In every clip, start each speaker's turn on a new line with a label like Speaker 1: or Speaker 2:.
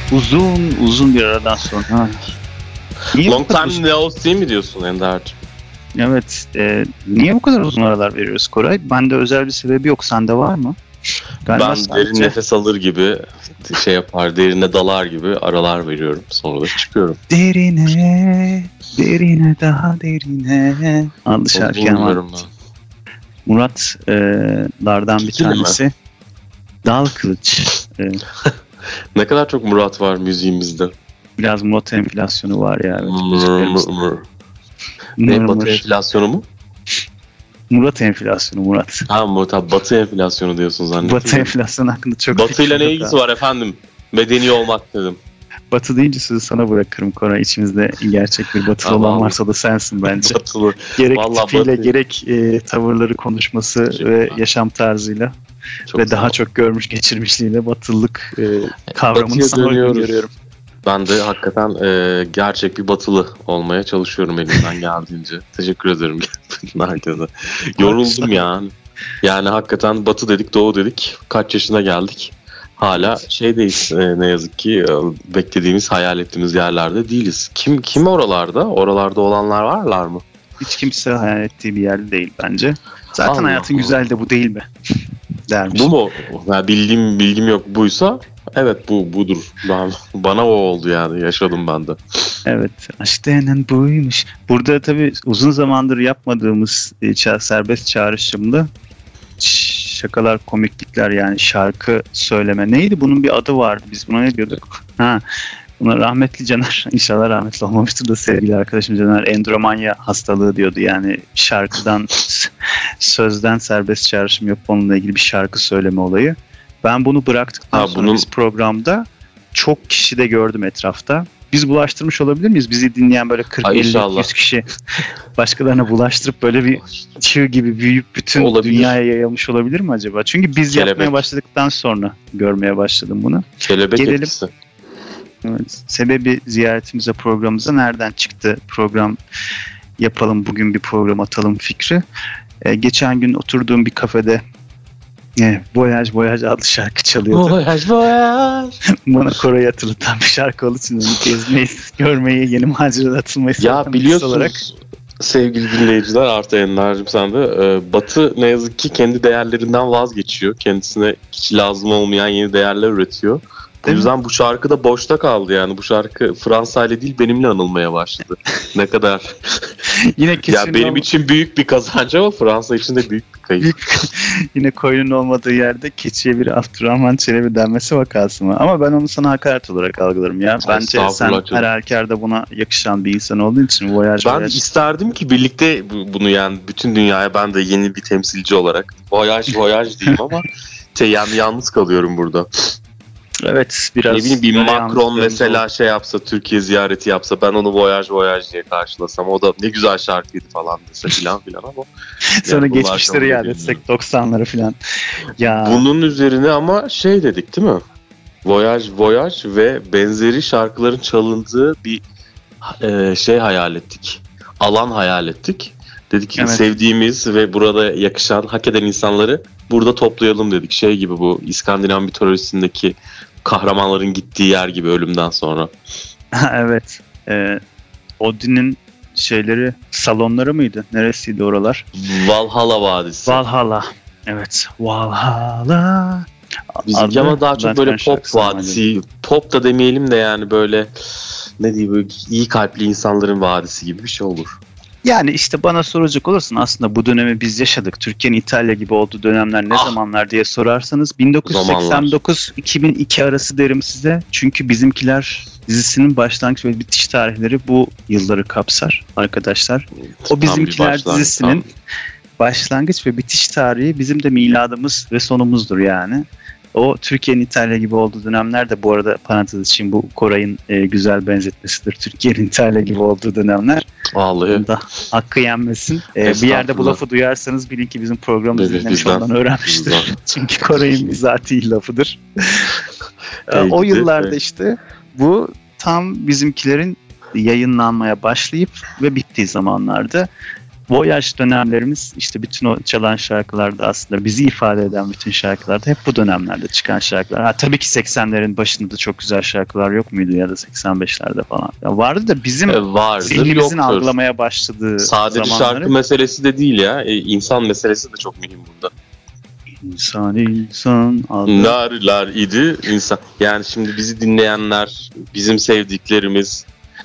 Speaker 1: Uzun uzun bir aradan sonra. Niye
Speaker 2: Long time no see mi diyorsun Ender'cim?
Speaker 1: Evet. Niye bu kadar uzun aralar veriyoruz Koray? Bende özel bir sebebi yok. Sende var mı? Galiba
Speaker 2: Ben
Speaker 1: sadece...
Speaker 2: derin nefes alır gibi şey yapar, derine dalar gibi aralar veriyorum. Sonra da çıkıyorum.
Speaker 1: Derine, derine, daha derine. Adlı şarkı ama. Murat'lardan bir tanesi. Dal Kılıç.
Speaker 2: Ne kadar çok Murat var müziğimizde.
Speaker 1: Biraz Murat enflasyonu var ya.
Speaker 2: Ne Batı enflasyonu mu?
Speaker 1: Murat enflasyonu Murat.
Speaker 2: Ha Murat, Batı enflasyonu diyorsun zannettim.
Speaker 1: Batı enflasyonu hakkında çok...
Speaker 2: Batı ile ne ilgisi var efendim? Medeni olmak dedim.
Speaker 1: Batı deyince sözü sana bırakırım Koray. İçimizde gerçek bir batılı olan varsa da sensin bence.
Speaker 2: Batılı.
Speaker 1: Gerek
Speaker 2: vallahi
Speaker 1: tipiyle
Speaker 2: batı.
Speaker 1: Gerek tavırları, konuşması ve yaşam tarzıyla
Speaker 2: Çok
Speaker 1: ve daha çok görmüş geçirmişliğiyle batılılık kavramını sana görüyorum.
Speaker 2: Ben de hakikaten gerçek bir batılı olmaya çalışıyorum elimden geldiğince. Teşekkür ederim herkese. Yoruldum yani. Yani hakikaten batı dedik, doğu dedik. Kaç yaşına geldik. Hala şeydeyiz ne yazık ki beklediğimiz, hayal ettiğimiz yerlerde değiliz. Kim oralarda? Oralarda olanlar varlar mı?
Speaker 1: Hiç kimse hayal ettiği bir yerde değil bence. Zaten
Speaker 2: Allah
Speaker 1: hayatın
Speaker 2: Allah.
Speaker 1: güzel de bu değil mi? Dermiş.
Speaker 2: Bu mu? Yani bilgim yok buysa evet budur. Bana o oldu yani. Yaşadım ben de.
Speaker 1: Evet. Aşk denen buymuş. Burada tabii uzun zamandır yapmadığımız serbest çağrışımda şakalar, komiklikler yani şarkı söyleme. Neydi? Bunun bir adı vardı. Biz buna ne diyorduk? Buna rahmetli Caner, inşallah rahmetli olmamıştır da sevgili arkadaşım Caner, endromanya hastalığı diyordu. Yani şarkıdan, sözden serbest çağrışım yapıp onunla ilgili bir şarkı söyleme olayı. Ben bunu bıraktıktan sonra biz programda çok kişi de gördüm etrafta. Biz bulaştırmış olabilir miyiz? Bizi dinleyen böyle 40-50-100 kişi başkalarına bulaştırıp böyle bir çığ gibi büyüyüp bütün dünyaya yayılmış olabilir mi acaba? Çünkü biz yapmaya başladıktan sonra görmeye başladım bunu.
Speaker 2: Kelebek etkisi.
Speaker 1: Evet, sebebi ziyaretimize, programımıza nereden çıktı? Program yapalım, bugün bir program atalım fikri. Geçen gün oturduğum bir kafede Voyage Voyage adlı şarkı çalıyordu.
Speaker 2: Voyage Voyage.
Speaker 1: Bana Koray'ı hatırlatan bir şarkı olduğu için gezmeyi, görmeyi, yeni macerada atılmayı
Speaker 2: ya biliyorsunuz olarak. Sevgili dinleyiciler, artı Ender'cim sen de Batı ne yazık ki kendi değerlerinden vazgeçiyor. Kendisine hiç lazım olmayan yeni değerler üretiyor. O yüzden bu şarkı da boşta kaldı yani. Bu şarkı Fransa ile değil benimle anılmaya başladı. Ne kadar.
Speaker 1: Yine
Speaker 2: ya benim için büyük bir kazanç ama Fransa için de büyük bir kayıp.
Speaker 1: Yine koyunun olmadığı yerde keçiye bir Abdurrahman Çelebi denmesi vakası mı? Ama ben onu sana hakaret olarak algılarım ya. Bence sen her halükarda buna yakışan bir insan olduğun için
Speaker 2: Ben isterdim ki birlikte bunu yani bütün dünyaya ben de yeni bir temsilci olarak Voyage diyeyim ama yalnız kalıyorum burada.
Speaker 1: Evet, biraz.
Speaker 2: Ne bileyim bir Macron mesela şey yapsa, Türkiye ziyareti yapsa, ben onu Voyage diye karşılasam, o da ne güzel şarkıydı falan dese filan ama.
Speaker 1: Sonra yani geçmişleri yad etsek 90'ları filan. Ya.
Speaker 2: Bunun üzerine ama şey dedik değil mi? Voyage ve benzeri şarkıların çalındığı bir şey hayal ettik. Alan hayal ettik. Dedik ki sevdiğimiz ve burada yakışan, hak eden insanları burada toplayalım dedik. Şey gibi, bu İskandinav mitolojisindeki kahramanların gittiği yer gibi ölümden sonra.
Speaker 1: Evet. Odin'in şeyleri, salonları mıydı? Neresiydi oralar?
Speaker 2: Valhalla Vadisi.
Speaker 1: Valhalla. Evet. Valhalla.
Speaker 2: Bizimki ama daha çok böyle pop vadisi. Pop da demeyelim de yani böyle ne diyeyim, böyle iyi kalpli insanların vadisi gibi bir şey olur.
Speaker 1: Yani işte bana soracak olursun, aslında bu dönemi biz yaşadık. Türkiye'nin İtalya gibi olduğu dönemler ne zamanlar diye sorarsanız 1989-2002 arası derim size. Çünkü Bizimkiler dizisinin başlangıç ve bitiş tarihleri bu yılları kapsar arkadaşlar. O Bizimkiler dizisinin başlangıç ve bitiş tarihi bizim de miladımız ve sonumuzdur yani. O Türkiye'nin İtalya gibi olduğu dönemler de, bu arada parantez için, bu Koray'ın güzel benzetmesidir. Türkiye'nin İtalya gibi olduğu dönemler.
Speaker 2: Vallahi.
Speaker 1: Da hakkı yenmesin. Bir yerde bu lafı duyarsanız bilin ki bizim programımızı dinlemiş, ondan öğrenmiştir. Çünkü Koray'ın bizatihi lafıdır. O yıllarda işte bu tam Bizimkilerin yayınlanmaya başlayıp ve bittiği zamanlarda. Voyage dönemlerimiz işte bütün o çalan şarkılarda aslında bizi ifade eden bütün şarkılarda hep bu dönemlerde çıkan şarkılar. Ha, tabii ki 80'lerin başında da çok güzel şarkılar yok muydu ya da 85'lerde falan. Ya vardı da bizim zihnimizin algılamaya başladığı
Speaker 2: sadece
Speaker 1: zamanları.
Speaker 2: Şarkı meselesi de değil ya. İnsan meselesi de çok mühim burada.
Speaker 1: İnsan
Speaker 2: Lar idi insan. Yani şimdi bizi dinleyenler, bizim sevdiklerimiz,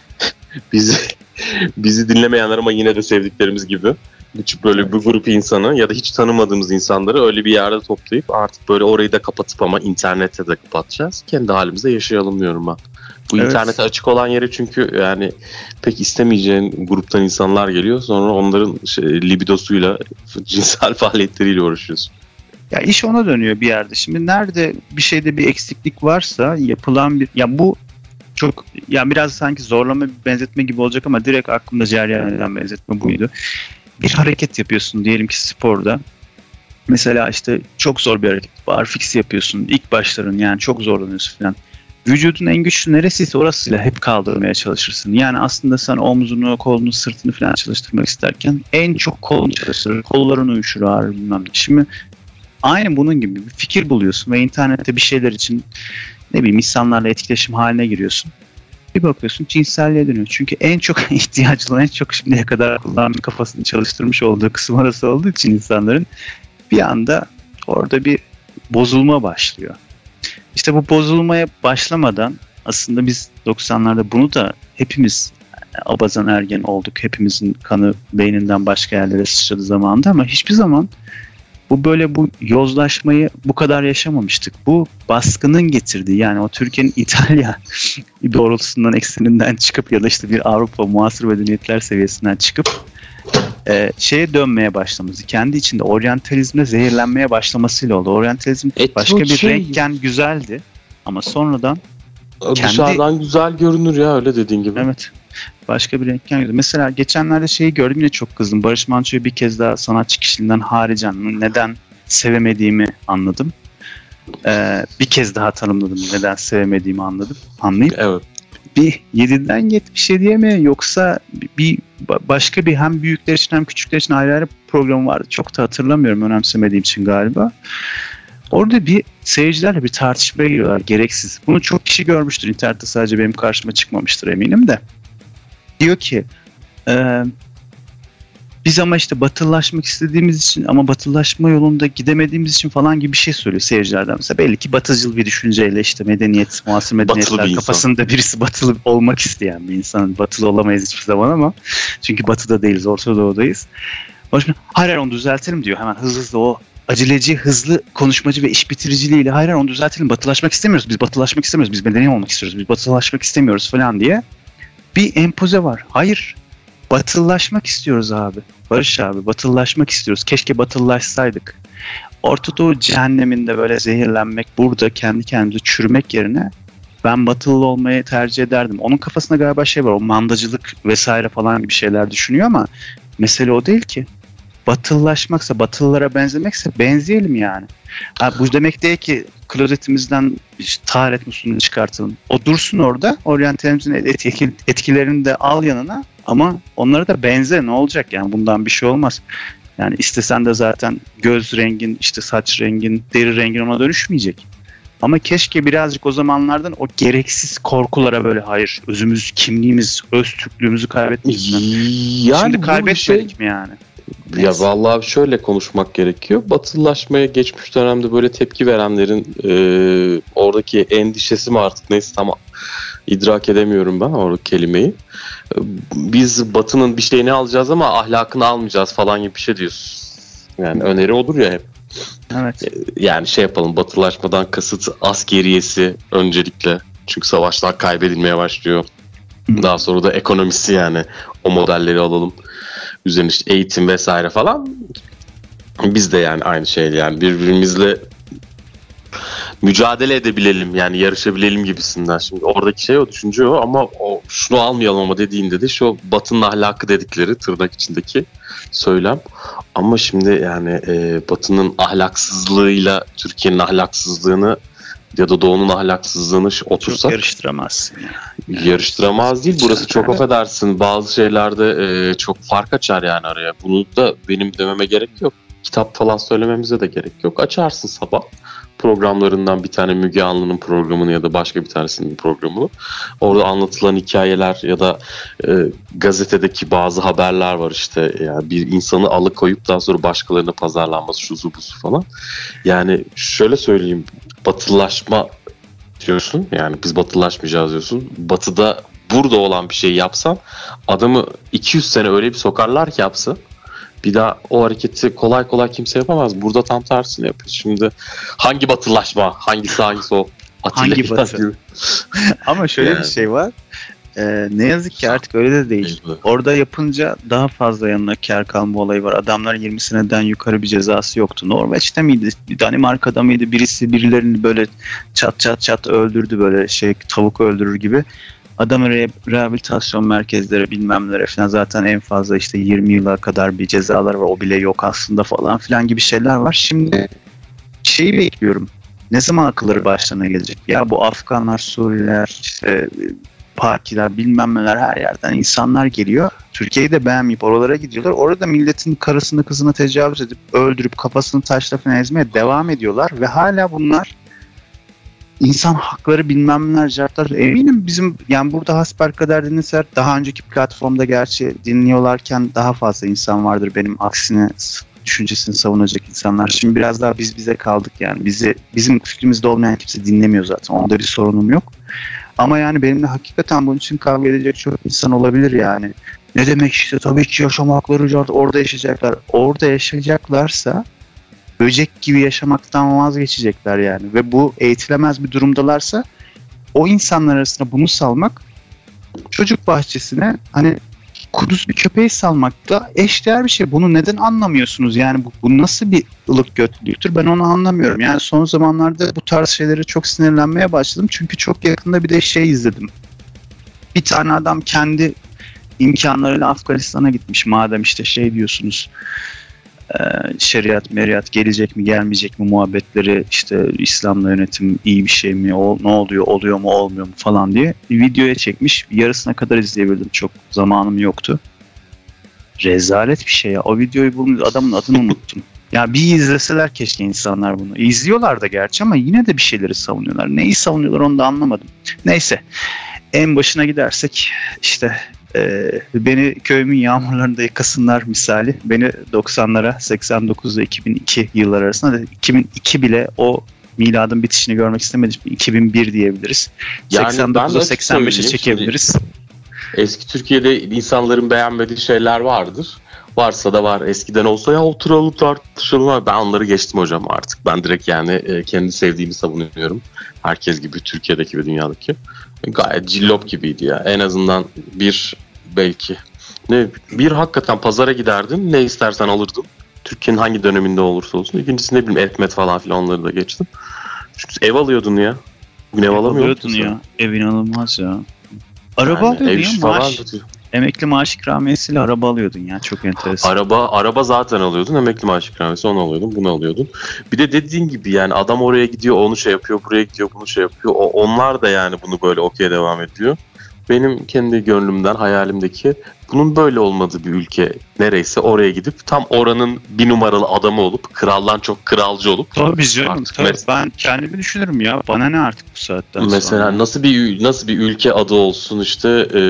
Speaker 2: bizi dinlemeyenler ama yine de sevdiklerimiz gibi böyle bir grup insanı ya da hiç tanımadığımız insanları öyle bir yerde toplayıp artık böyle orayı da kapatıp ama internete de kapatacağız. Kendi halimizde yaşayalım diyorum ben. Bu internete açık olan yere çünkü yani pek istemeyeceğin gruptan insanlar geliyor. Sonra onların libidosuyla, cinsel faaliyetleriyle uğraşıyorsun.
Speaker 1: Ya iş ona dönüyor bir yerde. Şimdi nerede bir şeyde bir eksiklik varsa yapılan bir... Ya bu çok... Ya biraz sanki zorlama bir benzetme gibi olacak ama direkt aklımda cereyan eden benzetme buydu. Bir hareket yapıyorsun diyelim ki sporda. Mesela işte çok zor bir hareket. Barfix yapıyorsun. İlk başların yani çok zorlanıyorsun falan. Vücudun en güçlü neresiyse orasıyla hep kaldırmaya çalışırsın. Yani aslında sen omzunu, kolunu, sırtını falan çalıştırmak isterken en çok kolunu çalıştırır. Kolların uyuşur, ağrır bilmem ne. Şimdi aynı bunun gibi bir fikir buluyorsun ve internette bir şeyler için ne bileyim insanlarla etkileşim haline giriyorsun. Bir bakıyorsun cinselliğe dönüyor. Çünkü en çok ihtiyacı olan, en çok şimdiye kadar kullanmış kafasını çalıştırmış olduğu kısım arası olduğu için insanların bir anda orada bir bozulma başlıyor. İşte bu bozulmaya başlamadan aslında biz 90'larda bunu da hepimiz abazan ergen olduk. Hepimizin kanı beyninden başka yerlere sıçradı zamanında ama hiçbir zaman bu yozlaşmayı bu kadar yaşamamıştık. Bu baskının getirdiği yani o Türkiye'nin İtalya doğrultusundan ekseninden çıkıp ya da işte bir Avrupa muasır medeniyetler seviyesinden çıkıp şeye dönmeye başlaması. Kendi içinde oryantalizmle zehirlenmeye başlamasıyla oldu. Oryantalizm başka bir renkken güzeldi ama sonradan
Speaker 2: dışarıdan güzel görünür ya öyle dediğin gibi.
Speaker 1: Evet. Başka bir renkken güzel. Mesela geçenlerde şeyi gördüm yine çok kızdım. Barış Manço'yu bir kez daha sanatçı kişiliğinden haricen neden sevemediğimi anladım. Bir kez daha tanımladım. Neden sevemediğimi anlayıp
Speaker 2: evet.
Speaker 1: Bir 7'den 77'ye mi yoksa bir başka bir hem büyükler için hem küçükler için ayrı ayrı programı vardı. Çok da hatırlamıyorum önemsemediğim için galiba. Orada bir seyircilerle bir tartışmaya giriyorlar gereksiz. Bunu çok kişi görmüştür. İnternette sadece benim karşıma çıkmamıştır eminim de. Diyor ki biz ama işte batılılaşmak istediğimiz için ama batılılaşma yolunda gidemediğimiz için falan gibi bir şey söylüyor seyircilerden. Mesela belli ki batıcıl bir düşünceyle işte medeniyet, muasır medeniyetler kafasında birisi batılı olmak isteyen bir insan. Batılı olamayız hiçbir zaman ama çünkü batıda değiliz, Orta Doğu'dayız. Hayır onu düzeltelim diyor hemen hızlı o aceleci, hızlı konuşmacı ve iş bitiriciliğiyle hayır onu düzeltelim. Batılaşmak istemiyoruz. Biz batılaşmak istemiyoruz. Biz medeni olmak istiyoruz. Biz batılaşmak istemiyoruz falan diye bir empoze var. Hayır. Batılılaşmak istiyoruz abi. Barış abi batılılaşmak istiyoruz. Keşke batılılaşsaydık. Orta Doğu cehenneminde böyle zehirlenmek, burada kendi kendimize çürümek yerine ben batılı olmayı tercih ederdim. Onun kafasında galiba şey var, o mandacılık vesaire falan gibi şeyler düşünüyor ama mesele o değil ki. Batılılaşmaksa, batılılara benzemekse benzeyelim yani. Bu demek değil ki klozetimizden işte, taharet musluğunu çıkartalım. O dursun orada. Oryantalizmin etkilerini de al yanına. Ama onlara da benze ne olacak yani bundan bir şey olmaz. Yani istesen de zaten göz rengin, işte saç rengin, deri rengin ona dönüşmeyecek. Ama keşke birazcık o zamanlardan o gereksiz korkulara böyle hayır özümüz, kimliğimiz, öz Türklüğümüzü kaybetmeyiz mi? Yani şimdi kaybetmedik mi yani?
Speaker 2: Ya vallahi şöyle konuşmak gerekiyor. Batılılaşmaya geçmiş dönemde böyle tepki verenlerin oradaki endişesi mi artık neyse tam idrak edemiyorum ben o kelimeyi. Biz Batı'nın bir şeyini alacağız ama ahlakını almayacağız falan gibi bir şey diyorsun. Yani öneri olur ya hep.
Speaker 1: Evet.
Speaker 2: Yani şey yapalım batılaşmadan kasıt askeriyesi öncelikle. Çünkü savaşlar kaybedilmeye başlıyor. Daha sonra da ekonomisi yani o modelleri alalım. Üzerine işte eğitim vesaire falan. Biz de yani aynı şey yani birbirimizle mücadele edebilelim yani yarışabilelim gibisinden. Şimdi oradaki şey o düşünce o ama o şunu almayalım ama dediğinde de şu Batı'nın ahlakı dedikleri tırnak içindeki söylem. Ama şimdi yani Batı'nın ahlaksızlığıyla Türkiye'nin ahlaksızlığını ya da Doğu'nun ahlaksızlığını otursak
Speaker 1: Çok yarıştıramazsın ya.
Speaker 2: Yarıştıramaz değil. Burası çok affedersin. Bazı şeylerde çok fark açar yani araya. Bunu da benim dememe gerek yok. Kitap falan söylememize de gerek yok. Açarsın sabah programlarından bir tane Müge Anlı'nın programını ya da başka bir tanesinin programını. Orada anlatılan hikayeler ya da gazetedeki bazı haberler var işte. Yani bir insanı alıkoyup daha sonra başkalarına pazarlanması, şuzu buzu falan. Yani şöyle söyleyeyim. Batılılaşma diyorsun. Yani biz batılaşmayacağız diyorsun. Batıda burada olan bir şey yapsan adamı 200 sene öyle bir sokarlar ki yapsa bir daha o hareketi kolay kolay kimse yapamaz. Burada tam tersini yapıyor. Şimdi hangi batılaşma? Hangisi o?
Speaker 1: Hangi batı? Ama şöyle bir şey var. Ne yazık ki artık öyle de değil. Orada yapınca daha fazla yanına kar kalma olayı var. Adamların 20 seneden yukarı bir cezası yoktu. Norveç'te miydi? Danimarka'da mıydı? Birisi birilerini böyle çat öldürdü, böyle tavuk öldürür gibi. Adamı rehabilitasyon merkezleri bilmem nelere falan, zaten en fazla işte 20 yıla kadar bir cezalar var. O bile yok aslında falan filan gibi şeyler var. Şimdi şeyi bekliyorum. Ne zaman akılları başlarına gelecek? Ya bu Afganlar, Suriyeliler, işte partiler bilmem neler, her yerden insanlar geliyor. Türkiye'yi de beğenmeyip oralara gidiyorlar. Orada milletin karısını kızını tecavüz edip öldürüp kafasını taşla falan ezmeye devam ediyorlar. Ve hala bunlar insan hakları bilmem neler cartlar. Eminim bizim yani burada hasbelkader dinleseler, daha önceki platformda gerçi dinliyorlarken daha fazla insan vardır benim aksine düşüncesini savunacak insanlar. Şimdi biraz daha biz bize kaldık yani. Bizim fikrimizde olmayan kimse dinlemiyor zaten. Onda bir sorunum yok. Ama yani benimle hakikaten bunun için kavga edecek çok insan olabilir yani. Ne demek işte, tabii ki yaşam hakları orada yaşayacaklar. Orada yaşayacaklarsa böcek gibi yaşamaktan vazgeçecekler yani. Ve bu eğitilemez bir durumdalarsa o insanlar arasında bunu salmak, çocuk bahçesine hani kuduz bir köpeği salmakla eşdeğer bir şey. Bunu neden anlamıyorsunuz? Yani bu nasıl bir ılık götlülüktür? Ben onu anlamıyorum. Yani son zamanlarda bu tarz şeylere çok sinirlenmeye başladım. Çünkü çok yakında bir de şey izledim. Bir tane adam kendi imkanlarıyla Afganistan'a gitmiş. Madem işte şey diyorsunuz, şeriat meriyat gelecek mi gelmeyecek mi muhabbetleri, işte İslam'la yönetim iyi bir şey mi, ne oluyor mu olmuyor mu falan diye bir videoya çekmiş. Yarısına kadar izleyebildim, çok zamanım yoktu. Rezalet bir şey ya. O videoyu bulmuş, adamın adını unuttum. Ya bir izleseler keşke insanlar bunu. İzliyorlar da gerçi ama yine de bir şeyleri savunuyorlar. Neyi savunuyorlar onu da anlamadım. Neyse. En başına gidersek işte beni köyümün yağmurlarında yıkasınlar misali. Beni 90'lara, 89 ile 2002 yıllar arasında da 2002 bile o miladın bitişini görmek istemedim. 2001 diyebiliriz. Yani 89'a 85'e çekebiliriz.
Speaker 2: Eski Türkiye'de insanların beğenmediği şeyler vardır. Varsa da var. Eskiden olsa ya oturalım tartışalım. Ben onları geçtim hocam artık. Ben direkt yani kendi sevdiğimi savunuyorum. Herkes gibi, Türkiye'deki ve dünyadaki. Gayet cillop gibiydi ya. En azından belki hakikaten pazara giderdin. Ne istersen alırdın. Türkiye'nin hangi döneminde olursa olsun. İkincisi ne bileyim etmet falan filan, onları da geçtim. Çünkü ev alıyordun ya. Bugün ev alamıyordun ya.
Speaker 1: Ev inanılmaz ya. Araba yani alıyordun ya, maaş. Emekli maaş ikramiyesiyle araba alıyordun ya, çok enteresan.
Speaker 2: Araba zaten alıyordun, emekli maaş ikramiyesi onu alıyordun, bunu alıyordun. Bir de dediğin gibi yani adam oraya gidiyor, onu şey yapıyor, buraya gidiyor, bunu şey yapıyor. Onlar da yani bunu böyle okey devam ediyor. Benim kendi gönlümden, hayalimdeki bunun böyle olmadığı bir ülke nereyse oraya gidip tam oranın bir numaralı adamı olup, kraldan çok kralcı olup.
Speaker 1: Tabii canım, ben kendimi düşünürüm ya. Bana ne artık bu saatten sonra.
Speaker 2: Mesela nasıl bir ülke adı olsun işte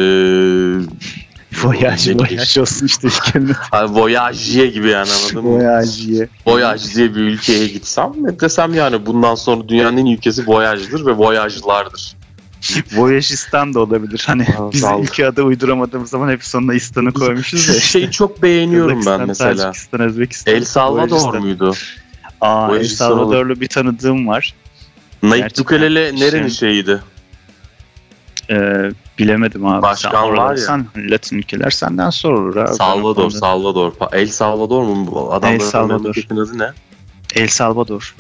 Speaker 1: Voyage olsun işte ülkenin.
Speaker 2: Voyagier gibi yani, anladın mı? Voyage diye bir ülkeye gitsem desem yani bundan sonra dünyanın en iyi ülkesi Voyage'dır ve Voyage'lardır.
Speaker 1: Voyagistan da olabilir. Hani biz ülke adı uyduramadığımız zaman hep sonuna İstan'ı koymuşuz ya.
Speaker 2: Şeyi çok beğeniyorum ben mesela.
Speaker 1: Tacikistan, Özbekistan.
Speaker 2: El Salvador muydu?
Speaker 1: El Salvadorlu bir tanıdığım var.
Speaker 2: Nayib Bukele nerenin şeyiydi?
Speaker 1: Bilemedim abi.
Speaker 2: Başkan var ya.
Speaker 1: Latin ülkeler senden sorulur abi.
Speaker 2: Salvador. El Salvador mu bu? Adamların memleketin adı ne?
Speaker 1: El Salvador.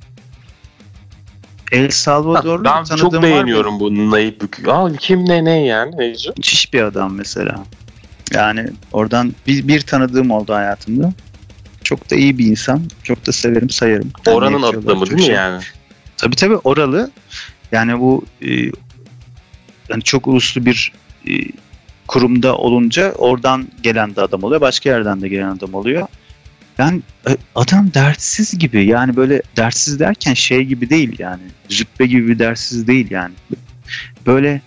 Speaker 1: El Salvadorlu
Speaker 2: ben çok beğeniyorum bu Nayib Bukele. Kim ne yani?
Speaker 1: Müthiş bir adam mesela. Yani oradan bir tanıdığım oldu hayatımda. Çok da iyi bir insan. Çok da severim, sayarım.
Speaker 2: Oranın adı da mı değil mi yani?
Speaker 1: Tabii oralı. Yani bu yani çok uluslu bir kurumda olunca oradan gelen de adam oluyor. Başka yerden de gelen adam oluyor. Yani adam dertsiz gibi. Yani böyle dertsiz derken şey gibi değil yani. Züppe gibi bir dertsiz değil yani. Böyle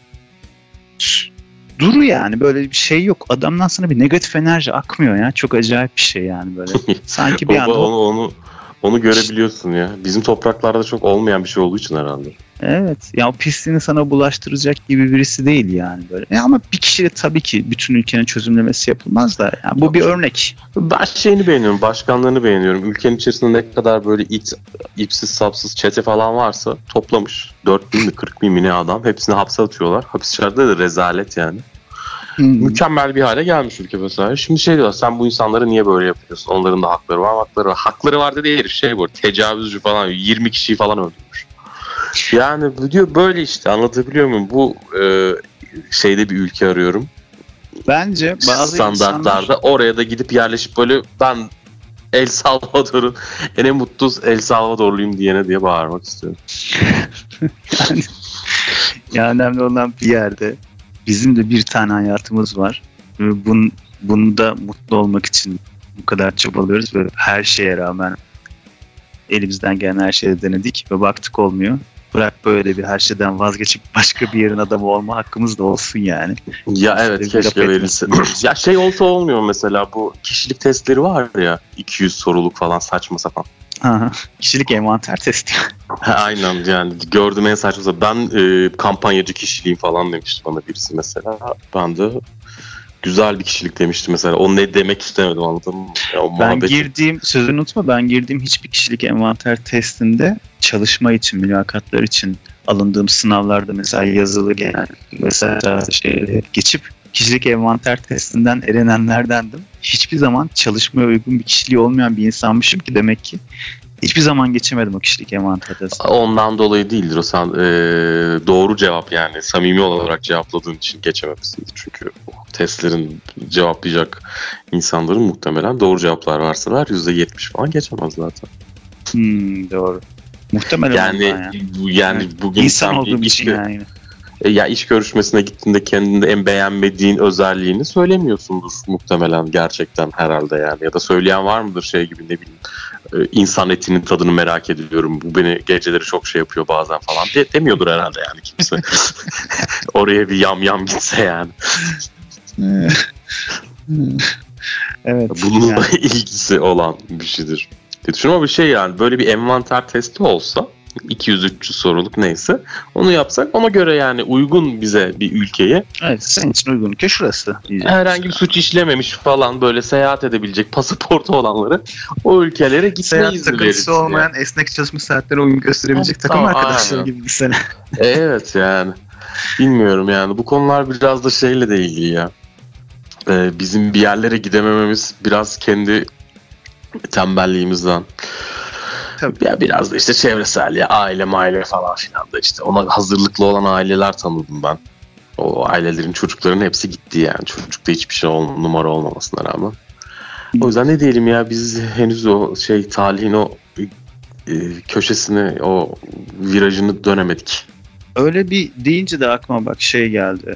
Speaker 1: duru yani. Böyle bir şey yok. Adamdan sana bir negatif enerji akmıyor ya. Çok acayip bir şey yani böyle. Sanki bir anda...
Speaker 2: Onu görebiliyorsun ya. Bizim topraklarda çok olmayan bir şey olduğu için herhalde.
Speaker 1: Evet. Ya o pisliğini sana bulaştıracak gibi birisi değil yani böyle. Ama bir kişiyle tabii ki bütün ülkenin çözümlemesi yapılmaz da. Yani bu bir örnek.
Speaker 2: Ben şeyini beğeniyorum. Başkanlarını beğeniyorum. Ülkenin içerisinde ne kadar böyle ipsiz sapsız çete falan varsa toplamış. 4.000 mi 40.000 mi ne adam. Hepsini hapse atıyorlar. Hapis içeride de rezalet yani. Mükemmel bir hale gelmiş ülke vesaire. Şimdi şey diyorlar, sen bu insanları niye böyle yapıyorsun? Onların da hakları var, hakları var. Hakları var dediği herif şey bu, tecavüzcü falan, 20 kişiyi falan öldürmüş. Yani diyor böyle işte, anlatabiliyor muyum? Bu şeyde bir ülke arıyorum.
Speaker 1: Bence bazı
Speaker 2: standartlarda insanlar... oraya da gidip yerleşip böyle ben El Salvador'un en mutlu El Salvadorluyum diyene diye bağırmak istiyorum.
Speaker 1: yani önemli olan bir yerde bizim de bir tane hayatımız var. Bunda mutlu olmak için bu kadar çabalıyoruz ve her şeye rağmen elimizden gelen her şeyi denedik ve baktık olmuyor. Bırak böyle bir her şeyden vazgeçip başka bir yerin adamı olma hakkımız da olsun yani.
Speaker 2: Ya evet, keşke verilse. Ya şey olsa olmuyor mesela, bu kişilik testleri var ya, 200 soruluk falan, saçma sapan.
Speaker 1: Aha, kişilik envanter testi.
Speaker 2: Aynen yani gördüm en saçma. Ben kampanyacı kişiliğim falan demişti bana birisi mesela. Ben de güzel bir kişilik demişti mesela. O ne demek istemedim, anladın mı?
Speaker 1: Sözünü unutma, ben girdiğim hiçbir kişilik envanter testinde çalışma için, mülakatlar için alındığım sınavlarda mesela yazılı genel mesela geçip kişilik envanter testinden elenenlerdendim. Hiçbir zaman çalışmaya uygun bir kişiliği olmayan bir insanmışım ki demek ki. Hiçbir zaman geçemedim o kişilik envanter testi.
Speaker 2: Ondan dolayı değildir o, sen doğru cevap yani samimi olarak cevapladığın için geçememişsindir. Çünkü testlerin cevaplayacak insanların muhtemelen doğru cevaplar varsa var %70 falan geçemez zaten.
Speaker 1: Doğru. Muhtemelen
Speaker 2: yani bugün
Speaker 1: insan olduğum için yani.
Speaker 2: Ya iş görüşmesine gittiğinde kendinde en beğenmediğin özelliğini söylemiyorsundur muhtemelen, gerçekten herhalde yani. Ya da söyleyen var mıdır şey gibi, ne bileyim, insan etinin tadını merak ediyorum, bu beni geceleri çok şey yapıyor bazen falan demiyordur herhalde yani kimse. Oraya bir yam gitse yani.
Speaker 1: Evet.
Speaker 2: Bununla yani ilgisi olan bir şeydir. Düşünün bir şey yani, böyle bir envanter testi olsa 200-300 soruluk neyse, onu yapsak ona göre yani uygun bize bir ülkeye.
Speaker 1: Evet, senin için uygun ülke şurası.
Speaker 2: Herhangi bir suç işlememiş falan, böyle seyahat edebilecek pasaportu olanları o ülkelere gitme izni veririz.
Speaker 1: Seyahat takıntısı olmayan yani esnek çalışma saatleri uygun gösterebilecek takım arkadaşları gibi bir sene.
Speaker 2: Evet yani. Bilmiyorum yani, bu konular biraz da şeyle de ilgili ya. Bizim bir yerlere gidemememiz biraz kendi tembelliğimizden. Tabii. Ya biraz da işte çevresel ya, aile falan filan da işte ona hazırlıklı olan aileler tanıdım ben. O ailelerin çocukların hepsi gitti yani. Çocukta hiçbir şey numara olmamasına rağmen. O yüzden ne diyelim ya, biz henüz o talihin o köşesini, o virajını dönemedik.
Speaker 1: Öyle bir deyince de aklıma bak şey geldi.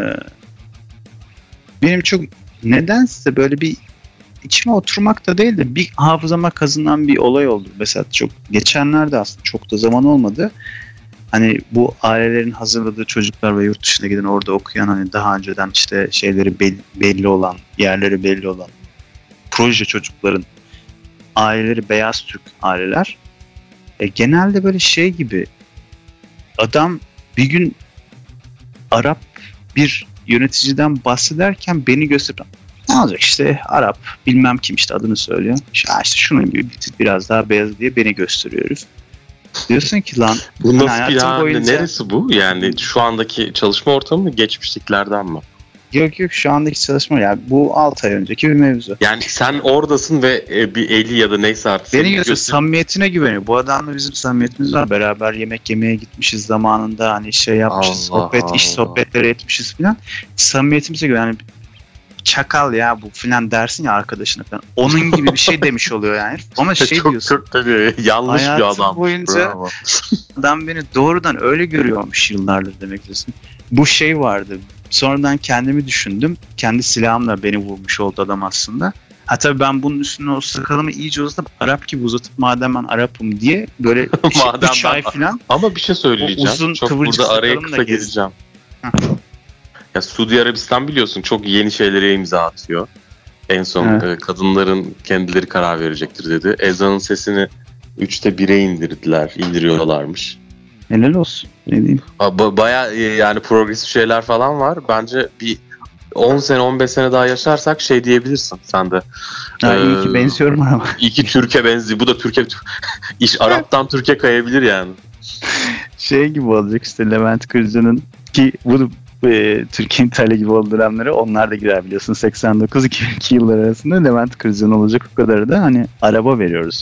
Speaker 1: Benim çok nedense böyle bir içime oturmak da değil de bir hafızama kazınan bir olay oldu. Mesela çok geçenlerde, aslında çok da zaman olmadı. Hani bu ailelerin hazırladığı çocuklar ve yurt dışına giden, orada okuyan, hani daha önceden işte şeyleri belli olan, yerleri belli olan proje çocukların aileleri beyaz Türk aileler. Genelde böyle şey gibi, adam bir gün Arap bir yöneticiden bahsederken beni gösterip, ne olacak işte Arap bilmem kim işte adını söylüyor. İşte şunun gibi biraz daha beyaz diye beni gösteriyor herif. Diyorsun ki lan
Speaker 2: bu nasıl bir hali, boyunca... neresi bu? Yani şu andaki çalışma ortamı mı, geçmişliklerden mi?
Speaker 1: Yok şu andaki çalışma yani bu 6 ay önceki bir mevzu.
Speaker 2: Yani sen oradasın ve bir 50 ya da neyse artık.
Speaker 1: Beni gösteriyor, samimiyetine güveniyor. Bu adamla bizim samimiyetimiz var. Beraber yemek yemeye gitmişiz zamanında, hani şey yapmışız, iş sohbetleri etmişiz falan. Samimiyetimize güveniyor. Yani çakal ya bu filan dersin ya arkadaşına falan. Onun gibi bir şey demiş oluyor yani. Ona şey
Speaker 2: çok
Speaker 1: diyorsun.
Speaker 2: çok tabii yanlış bir
Speaker 1: Hayatım
Speaker 2: adam.
Speaker 1: boyunca
Speaker 2: Bravo.
Speaker 1: adam beni doğrudan öyle görüyormuş yıllardır demek istiyorsun. Bu şey vardı. Sonradan kendimi düşündüm. Kendi silahımla beni vurmuş oldu adam aslında. Ha tabii ben bunun üstüne o sakalımı iyice uzatıp Arap gibi uzatıp madem ben Arap'ım diye böyle
Speaker 2: Madem
Speaker 1: 3 ay falan
Speaker 2: Ama bir şey söyleyeceğim.
Speaker 1: o uzun
Speaker 2: çok
Speaker 1: kıvırcık
Speaker 2: burada araya
Speaker 1: sakalımla
Speaker 2: kısa
Speaker 1: gezdim.
Speaker 2: gireceğim. Ya Suudi Arabistan biliyorsun çok yeni şeylere imza atıyor. En son
Speaker 1: Evet.
Speaker 2: Kadınların kendileri karar verecektir dedi. Ezanın sesini 3'te 1'e indiriyorlarmış.
Speaker 1: Helal olsun. Ne diyeyim?
Speaker 2: Baya yani progresif şeyler falan var. Bence bir 10 sene 15 sene daha yaşarsak şey diyebilirsin sen de.
Speaker 1: İyi ki benziyorum ama.
Speaker 2: İyi ki Türkiye benziyor. Bu da Türkiye iş Arap'tan Türkiye kayabilir yani.
Speaker 1: Şey gibi olacak işte Levent Kırca'nın ki bu Türkiye'nin İtalya gibi olduğu dönemlere onlar da girer biliyorsun. 89-2002 yıllar arasında Levent Kırca'nın olacak o kadarı da hani araba veriyoruz.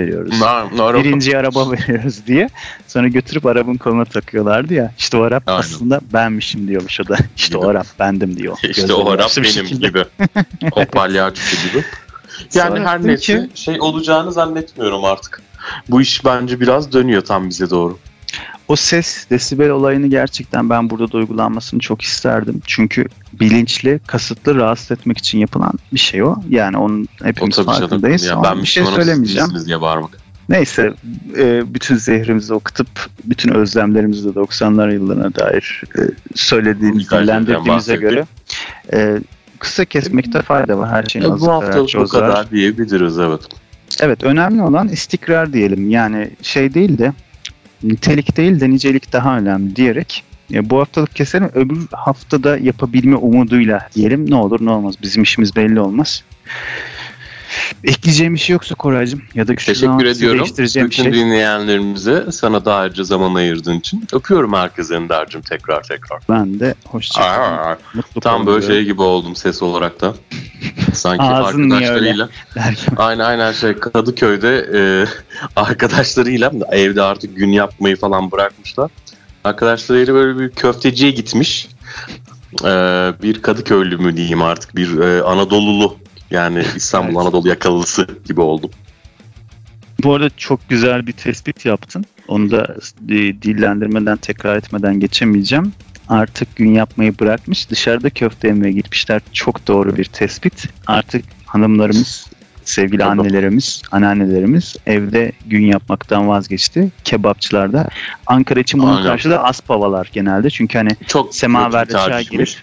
Speaker 1: Birinci araba veriyoruz diye. Sonra götürüp Arap'ın koluna takıyorlardı ya. İşte o Arap
Speaker 2: Aynen.
Speaker 1: aslında benmişim diyormuş o da. İşte o Arap bendim diyor.
Speaker 2: İşte o Arap benim gibi. O palyaço gibi. Yani
Speaker 1: Sonra
Speaker 2: her
Speaker 1: dedim
Speaker 2: neyse şey olacağını zannetmiyorum artık. Bu iş bence biraz dönüyor tam bize doğru.
Speaker 1: O ses, desibel olayını gerçekten ben burada da uygulanmasını çok isterdim. Çünkü bilinçli, kasıtlı rahatsız etmek için yapılan bir şey o. Yani onun hepimiz farkındayız.
Speaker 2: Ya
Speaker 1: Ama
Speaker 2: ben
Speaker 1: bir şey
Speaker 2: Müslümanım,
Speaker 1: söylemeyeceğim.
Speaker 2: siz değilsiniz diye bağırmak.
Speaker 1: Neyse, bütün zehrimizi okutup, bütün özlemlerimizi de 90'lar yıllarına dair söylediğimiz, dillendirdiğimize göre kısa kesmekte fayda var. Her şeyin azı
Speaker 2: Bu hafta bu
Speaker 1: çözer.
Speaker 2: kadar diyebiliriz evet.
Speaker 1: Evet, önemli olan istikrar diyelim. Yani şey değil de nitelik değil de nicelik daha önemli diyerek bu haftalık keselim. Öbür haftada yapabilme umuduyla diyelim. Ne olur ne olmaz. Bizim işimiz belli olmaz. Ekleyeceğim bir şey yoksa Koraycığım ya da küçük
Speaker 2: Teşekkür ediyorum.
Speaker 1: değiştireceğim bir
Speaker 2: Bütün
Speaker 1: şey.
Speaker 2: dinleyenlerimize sana da ayrıca zaman ayırdığın için. Öpüyorum herkese Ender'cim tekrar.
Speaker 1: Ben de hoşçakalın. Mutlu
Speaker 2: Tam
Speaker 1: kalın
Speaker 2: böyle
Speaker 1: diyorum.
Speaker 2: şey gibi oldum ses olarak da. Sanki
Speaker 1: Ağzın niye
Speaker 2: arkadaşlarıyla. Aynen şey Kadıköy'de arkadaşlarıyla evde artık gün yapmayı falan bırakmışlar. Arkadaşlarıyla böyle bir köfteciye gitmiş. Bir Kadıköylü mü diyeyim artık bir Anadolulu. Yani İstanbul
Speaker 1: Evet.
Speaker 2: Anadolu yakalılısı gibi oldum.
Speaker 1: Bu arada çok güzel bir tespit yaptın. Onu da dillendirmeden, tekrar etmeden geçemeyeceğim. Artık gün yapmayı bırakmış, dışarıda köfte yemeye gitmişler. Çok doğru bir tespit. Artık hanımlarımız, sevgili annelerimiz, anneannelerimiz evde gün yapmaktan vazgeçti. Kebapçılarda. Ankara için bunun
Speaker 2: Aynen.
Speaker 1: karşılığı Aspavalar genelde. Çünkü hani
Speaker 2: Çok
Speaker 1: semaverde
Speaker 2: kötü bir
Speaker 1: çay girip
Speaker 2: tercihmiş.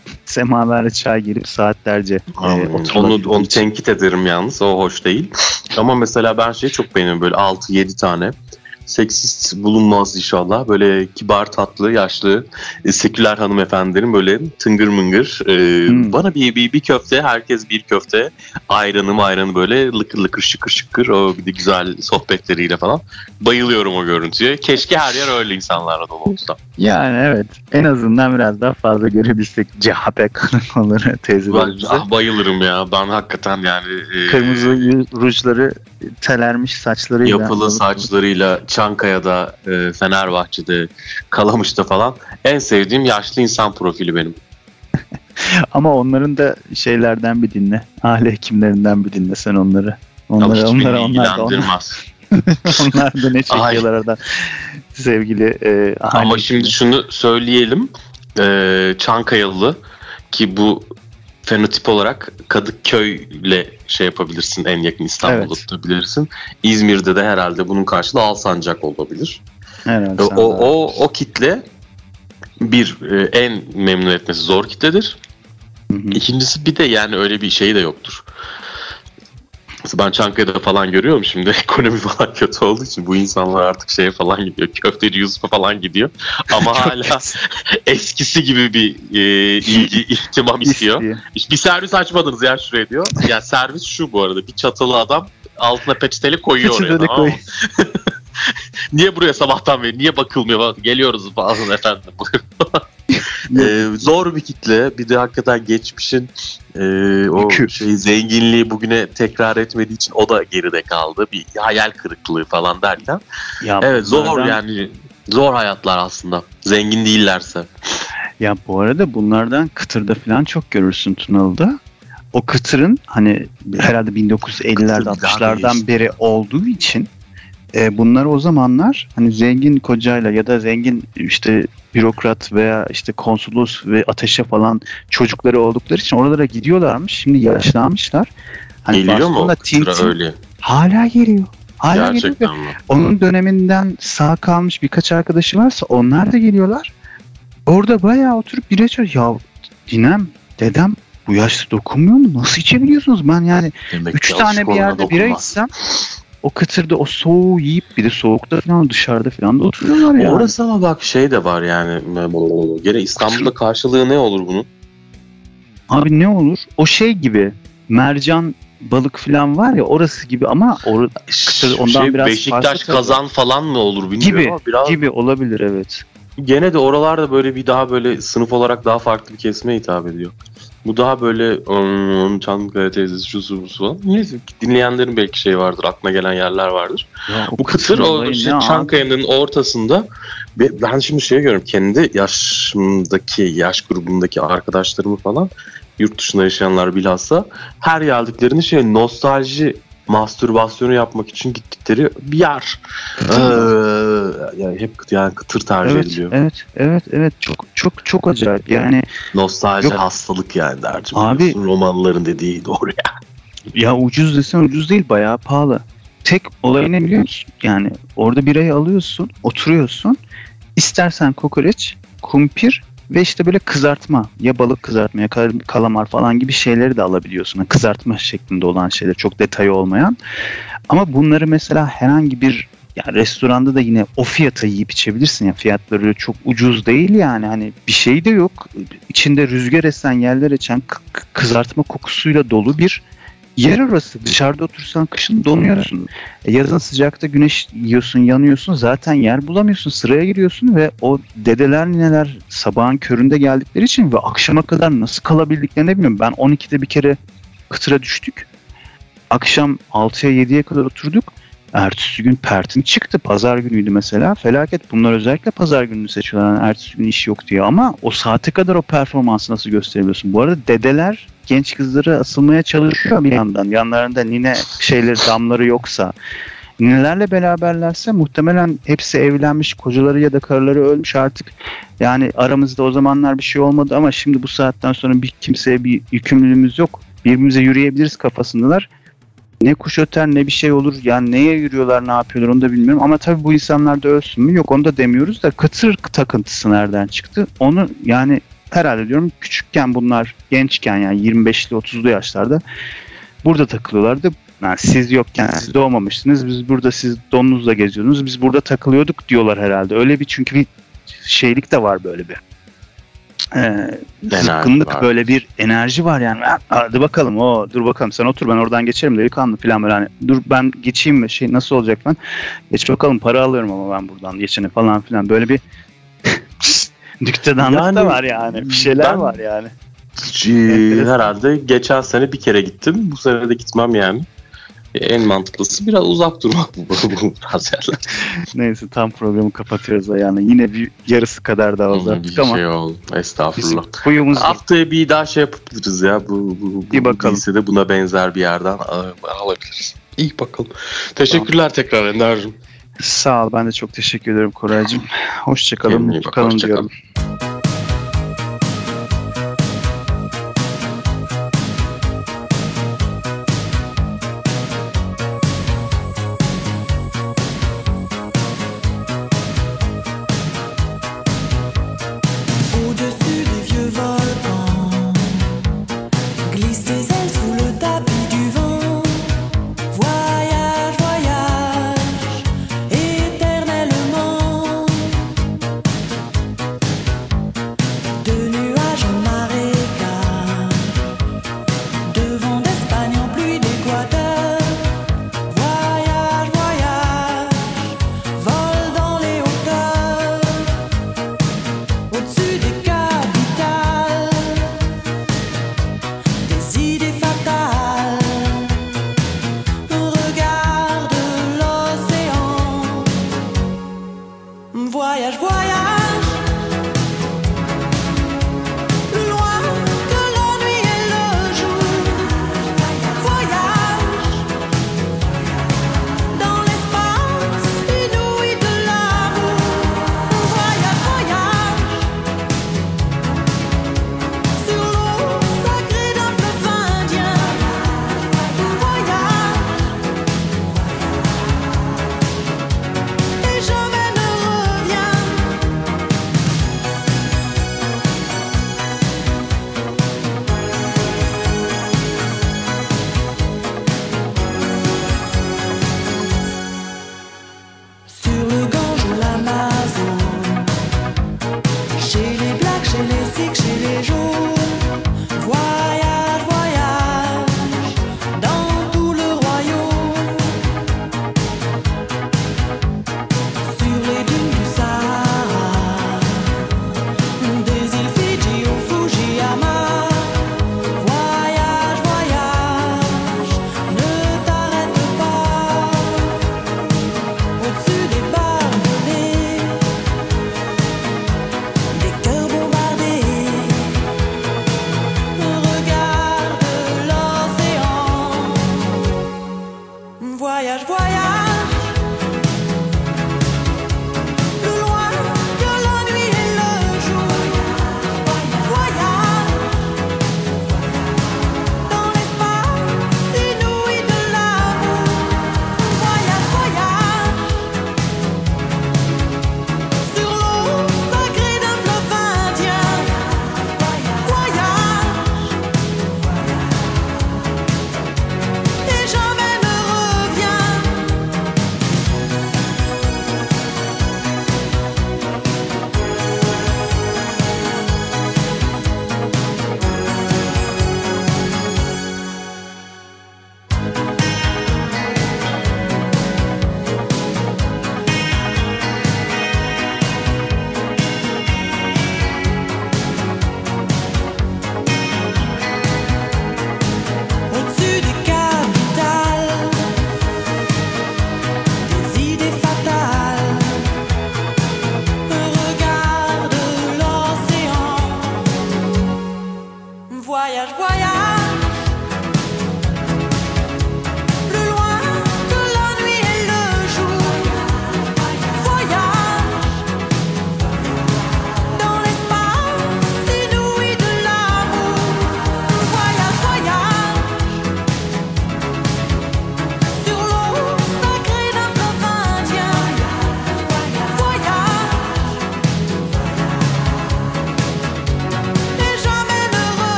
Speaker 1: saatlerce oturulabildiği
Speaker 2: Onu
Speaker 1: için.
Speaker 2: tenkit ederim yalnız. O hoş değil. Ama mesela ben şeyi çok beğeniyorum. Böyle 6-7 tane. Seksist bulunmaz inşallah. Böyle kibar, tatlı, yaşlı, seküler hanımefendilerin böyle tıngır mıngır. Bana bir köfte, herkes bir köfte. Ayranı böyle lıkır lıkır şıkır şıkır. O bir de güzel sohbetleriyle falan. Bayılıyorum o görüntüye. Keşke her yer öyle insanlarla dolu olsa.
Speaker 1: Yani evet. En azından biraz daha fazla görebilsek CHP karakolları teyzelerimize.
Speaker 2: Bayılırım ya. Ben hakikaten yani...
Speaker 1: Kırmızı rujları telermiş saçlarıyla.
Speaker 2: Yapılı saçlarıyla Çankaya'da, Fenerbahçe'de, Kalamış'ta falan en sevdiğim yaşlı insan profili benim.
Speaker 1: Ama onların da şeylerden bir dinle. Aile hekimlerinden bir dinle sen onları. Onlar da
Speaker 2: ilgilendirmez.
Speaker 1: onlar da ne çekiyorlar orada sevgili
Speaker 2: Ama şimdi şunu söyleyelim. Çankayalı ki bu fenotip olarak Kadıköy'le şey yapabilirsin, en yakın İstanbul'da tutabilirsin. İzmir'de de herhalde bunun karşılığı Alsancak olabilir.
Speaker 1: Herhalde
Speaker 2: o kitle en memnun etmesi zor kitledir.
Speaker 1: Hı.
Speaker 2: İkincisi bir de yani öyle bir şey de yoktur. Mesela ben Çankaya'da falan görüyorum şimdi ekonomi falan kötü olduğu için bu insanlar artık şeye falan gidiyor. Köfteci Yusuf'a falan gidiyor. Ama hala eskisi gibi bir ilgi, ihtimam istiyor. Bir servis açmadınız ya şuraya diyor. Yani servis şu bu arada. Bir çatalı adam altına peçeteli koyuyor oraya. Tamam mı? Niye buraya sabahtan beri? Niye bakılmıyor? Geliyoruz falan efendim. Zor bir kitle. Bir de hakikaten geçmişin o zenginliği bugüne tekrar etmediği için o da geride kaldı. Bir hayal kırıklığı falan derken. Ya evet zor yani. Zor hayatlar aslında. Zengin değillerse.
Speaker 1: Ya bu arada bunlardan Kıtır'da falan çok görürsün Tunalı'da. O Kıtır'ın hani herhalde 1950'lerde
Speaker 2: Kıtır bir daha
Speaker 1: 60'lardan
Speaker 2: değişti.
Speaker 1: beri olduğu için bunlar o zamanlar hani zengin kocayla ya da zengin işte bürokrat veya işte konsolos ve ateşe falan çocukları oldukları için oralara gidiyorlarmış. Şimdi yaşlanmışlar. Hani
Speaker 2: Geliyor mu
Speaker 1: Barcelona
Speaker 2: o Kıtır'a
Speaker 1: Tintin
Speaker 2: öyle?
Speaker 1: hala geliyor. Hala geliyor.
Speaker 2: Gerçekten mi?
Speaker 1: Onun döneminden sağ kalmış birkaç arkadaşı varsa onlar da geliyorlar. Orada bayağı oturup bira içiyor. Ya ninem, dedem bu yaşta dokunmuyor mu? Nasıl içebiliyorsunuz? Ben yani
Speaker 2: Demek
Speaker 1: 3
Speaker 2: ki
Speaker 1: tane
Speaker 2: alışık
Speaker 1: bir
Speaker 2: olana
Speaker 1: yerde bira
Speaker 2: dokunmaz.
Speaker 1: içsem o Kıtır'da o soğuğu yiyip bir de soğukta falan dışarıda falan da oturuyorlar yani.
Speaker 2: Orası ama bak şey de var yani. Gene İstanbul'da karşılığı ne olur bunun?
Speaker 1: Abi ne olur? O şey gibi mercan balık falan var ya orası gibi ama Kıtır ondan biraz
Speaker 2: Beşiktaş
Speaker 1: farklı tabii.
Speaker 2: Kazan falan mı olur bilmiyorum
Speaker 1: Gibi
Speaker 2: ama biraz
Speaker 1: gibi olabilir evet.
Speaker 2: gene de oralarda böyle bir daha böyle sınıf olarak daha farklı bir kesime hitap ediyor. Bu daha böyle Çankaya teyzesi şu bu falan. Neyse dinleyenlerin belki şey vardır, aklına gelen yerler vardır.
Speaker 1: Ya o
Speaker 2: Bu Kıtır o
Speaker 1: olayı
Speaker 2: işte
Speaker 1: ne abi?
Speaker 2: Çankaya'nın ortasında ve ben şimdi şey görüyorum kendi yaşımdaki yaş grubundaki arkadaşlarımı falan yurt dışında yaşayanlar bilhassa her geldiklerini şey nostalji mastürbasyonu yapmak için gittikleri bir yer. Yani hep yani Kıtır tercih
Speaker 1: Evet,
Speaker 2: ediliyor.
Speaker 1: evet. Çok acayip. Yani
Speaker 2: Nostalji
Speaker 1: yok
Speaker 2: hastalık yani derdim.
Speaker 1: abi
Speaker 2: Biliyorsun. Romanların dediği doğru ya.
Speaker 1: ya ucuz desen ucuz değil bayağı pahalı. Tek olay ne biliyor musun? Yani orada birayı alıyorsun, oturuyorsun. İstersen kokoreç, kumpir ve işte böyle kızartma ya balık kızartma ya kalamar falan gibi şeyleri de alabiliyorsun. Yani kızartma şeklinde olan şeyler çok detayı olmayan. Ama bunları mesela herhangi bir ya restoranda da yine o fiyata yiyip içebilirsin ya fiyatları çok ucuz değil yani hani bir şey de yok. İçinde rüzgar esen yerler içen kızartma kokusuyla dolu bir yer orası. Dışarıda otursan kışın donuyorsun. Yazın sıcakta güneş yiyorsun, yanıyorsun. Zaten yer bulamıyorsun. Sıraya giriyorsun ve o dedeler nineler sabahın köründe geldikleri için ve akşama kadar nasıl kalabildiklerini bilmiyorum. Ben 12'de bir kere Kıtır'a düştük. Akşam 6'ya 7'ye kadar oturduk. Ertesi gün pertin çıktı. Pazar günüydü mesela. Felaket. Bunlar özellikle pazar gününü seçiyorlar. Yani ertesi gün iş yok diye. Ama o saate kadar o performansı nasıl gösterebiliyorsun? Bu arada dedeler genç kızları asılmaya çalışıyor bir yandan. Yanlarında nine şeyleri damları yoksa. Ninelerle beraberlerse muhtemelen hepsi evlenmiş, kocaları ya da karıları ölmüş artık. Yani aramızda o zamanlar bir şey olmadı ama şimdi bu saatten sonra bir kimseye bir yükümlülüğümüz yok. Birbirimize yürüyebiliriz kafasındalar. Ne kuş öter ne bir şey olur. Yani neye yürüyorlar ne yapıyorlar onu da bilmiyorum. Ama tabii bu insanlar da ölsün mü? Yok onu da demiyoruz da Kıtır takıntısı nereden çıktı? Onu yani herhalde diyorum küçükken bunlar gençken yani 25'li 30'lu yaşlarda burada takılıyorlardı. Yani siz yokken siz doğmamıştınız. Biz burada siz donunuzla geziyordunuz. Biz burada takılıyorduk diyorlar herhalde. Öyle bir çünkü bir şeylik de var böyle bir. Zıkkınlık
Speaker 2: var.
Speaker 1: böyle bir enerji var yani. Hadi bakalım dur bakalım sen otur ben oradan geçerim delikanlı falan böyle hani dur ben geçeyim mi şey nasıl olacak falan. Geç bakalım para alıyorum ama ben buradan geçene falan filan böyle bir düktedanlık da var yani bir şeyler var yani.
Speaker 2: Herhalde geçen sene bir kere gittim. Bu sene de gitmem yani. En mantıklısı biraz uzak durmak bu tarz yerler.
Speaker 1: Neyse tam programı kapatıyoruz yani. Yine bir yarısı kadar daha uzattık ama.
Speaker 2: Şey oldu. Estağfurullah.
Speaker 1: Huyumuz
Speaker 2: haftaya bir daha şey yapabiliriz ya. Bu
Speaker 1: bir bakalım.
Speaker 2: değilse de buna benzer bir yerden alabiliriz. İyi bakalım. Teşekkürler tekrar Ender'cim.
Speaker 1: Sağ ol ben de çok teşekkür ederim Koraycığım. Hoşçakalın, mutlu kalın diyorum.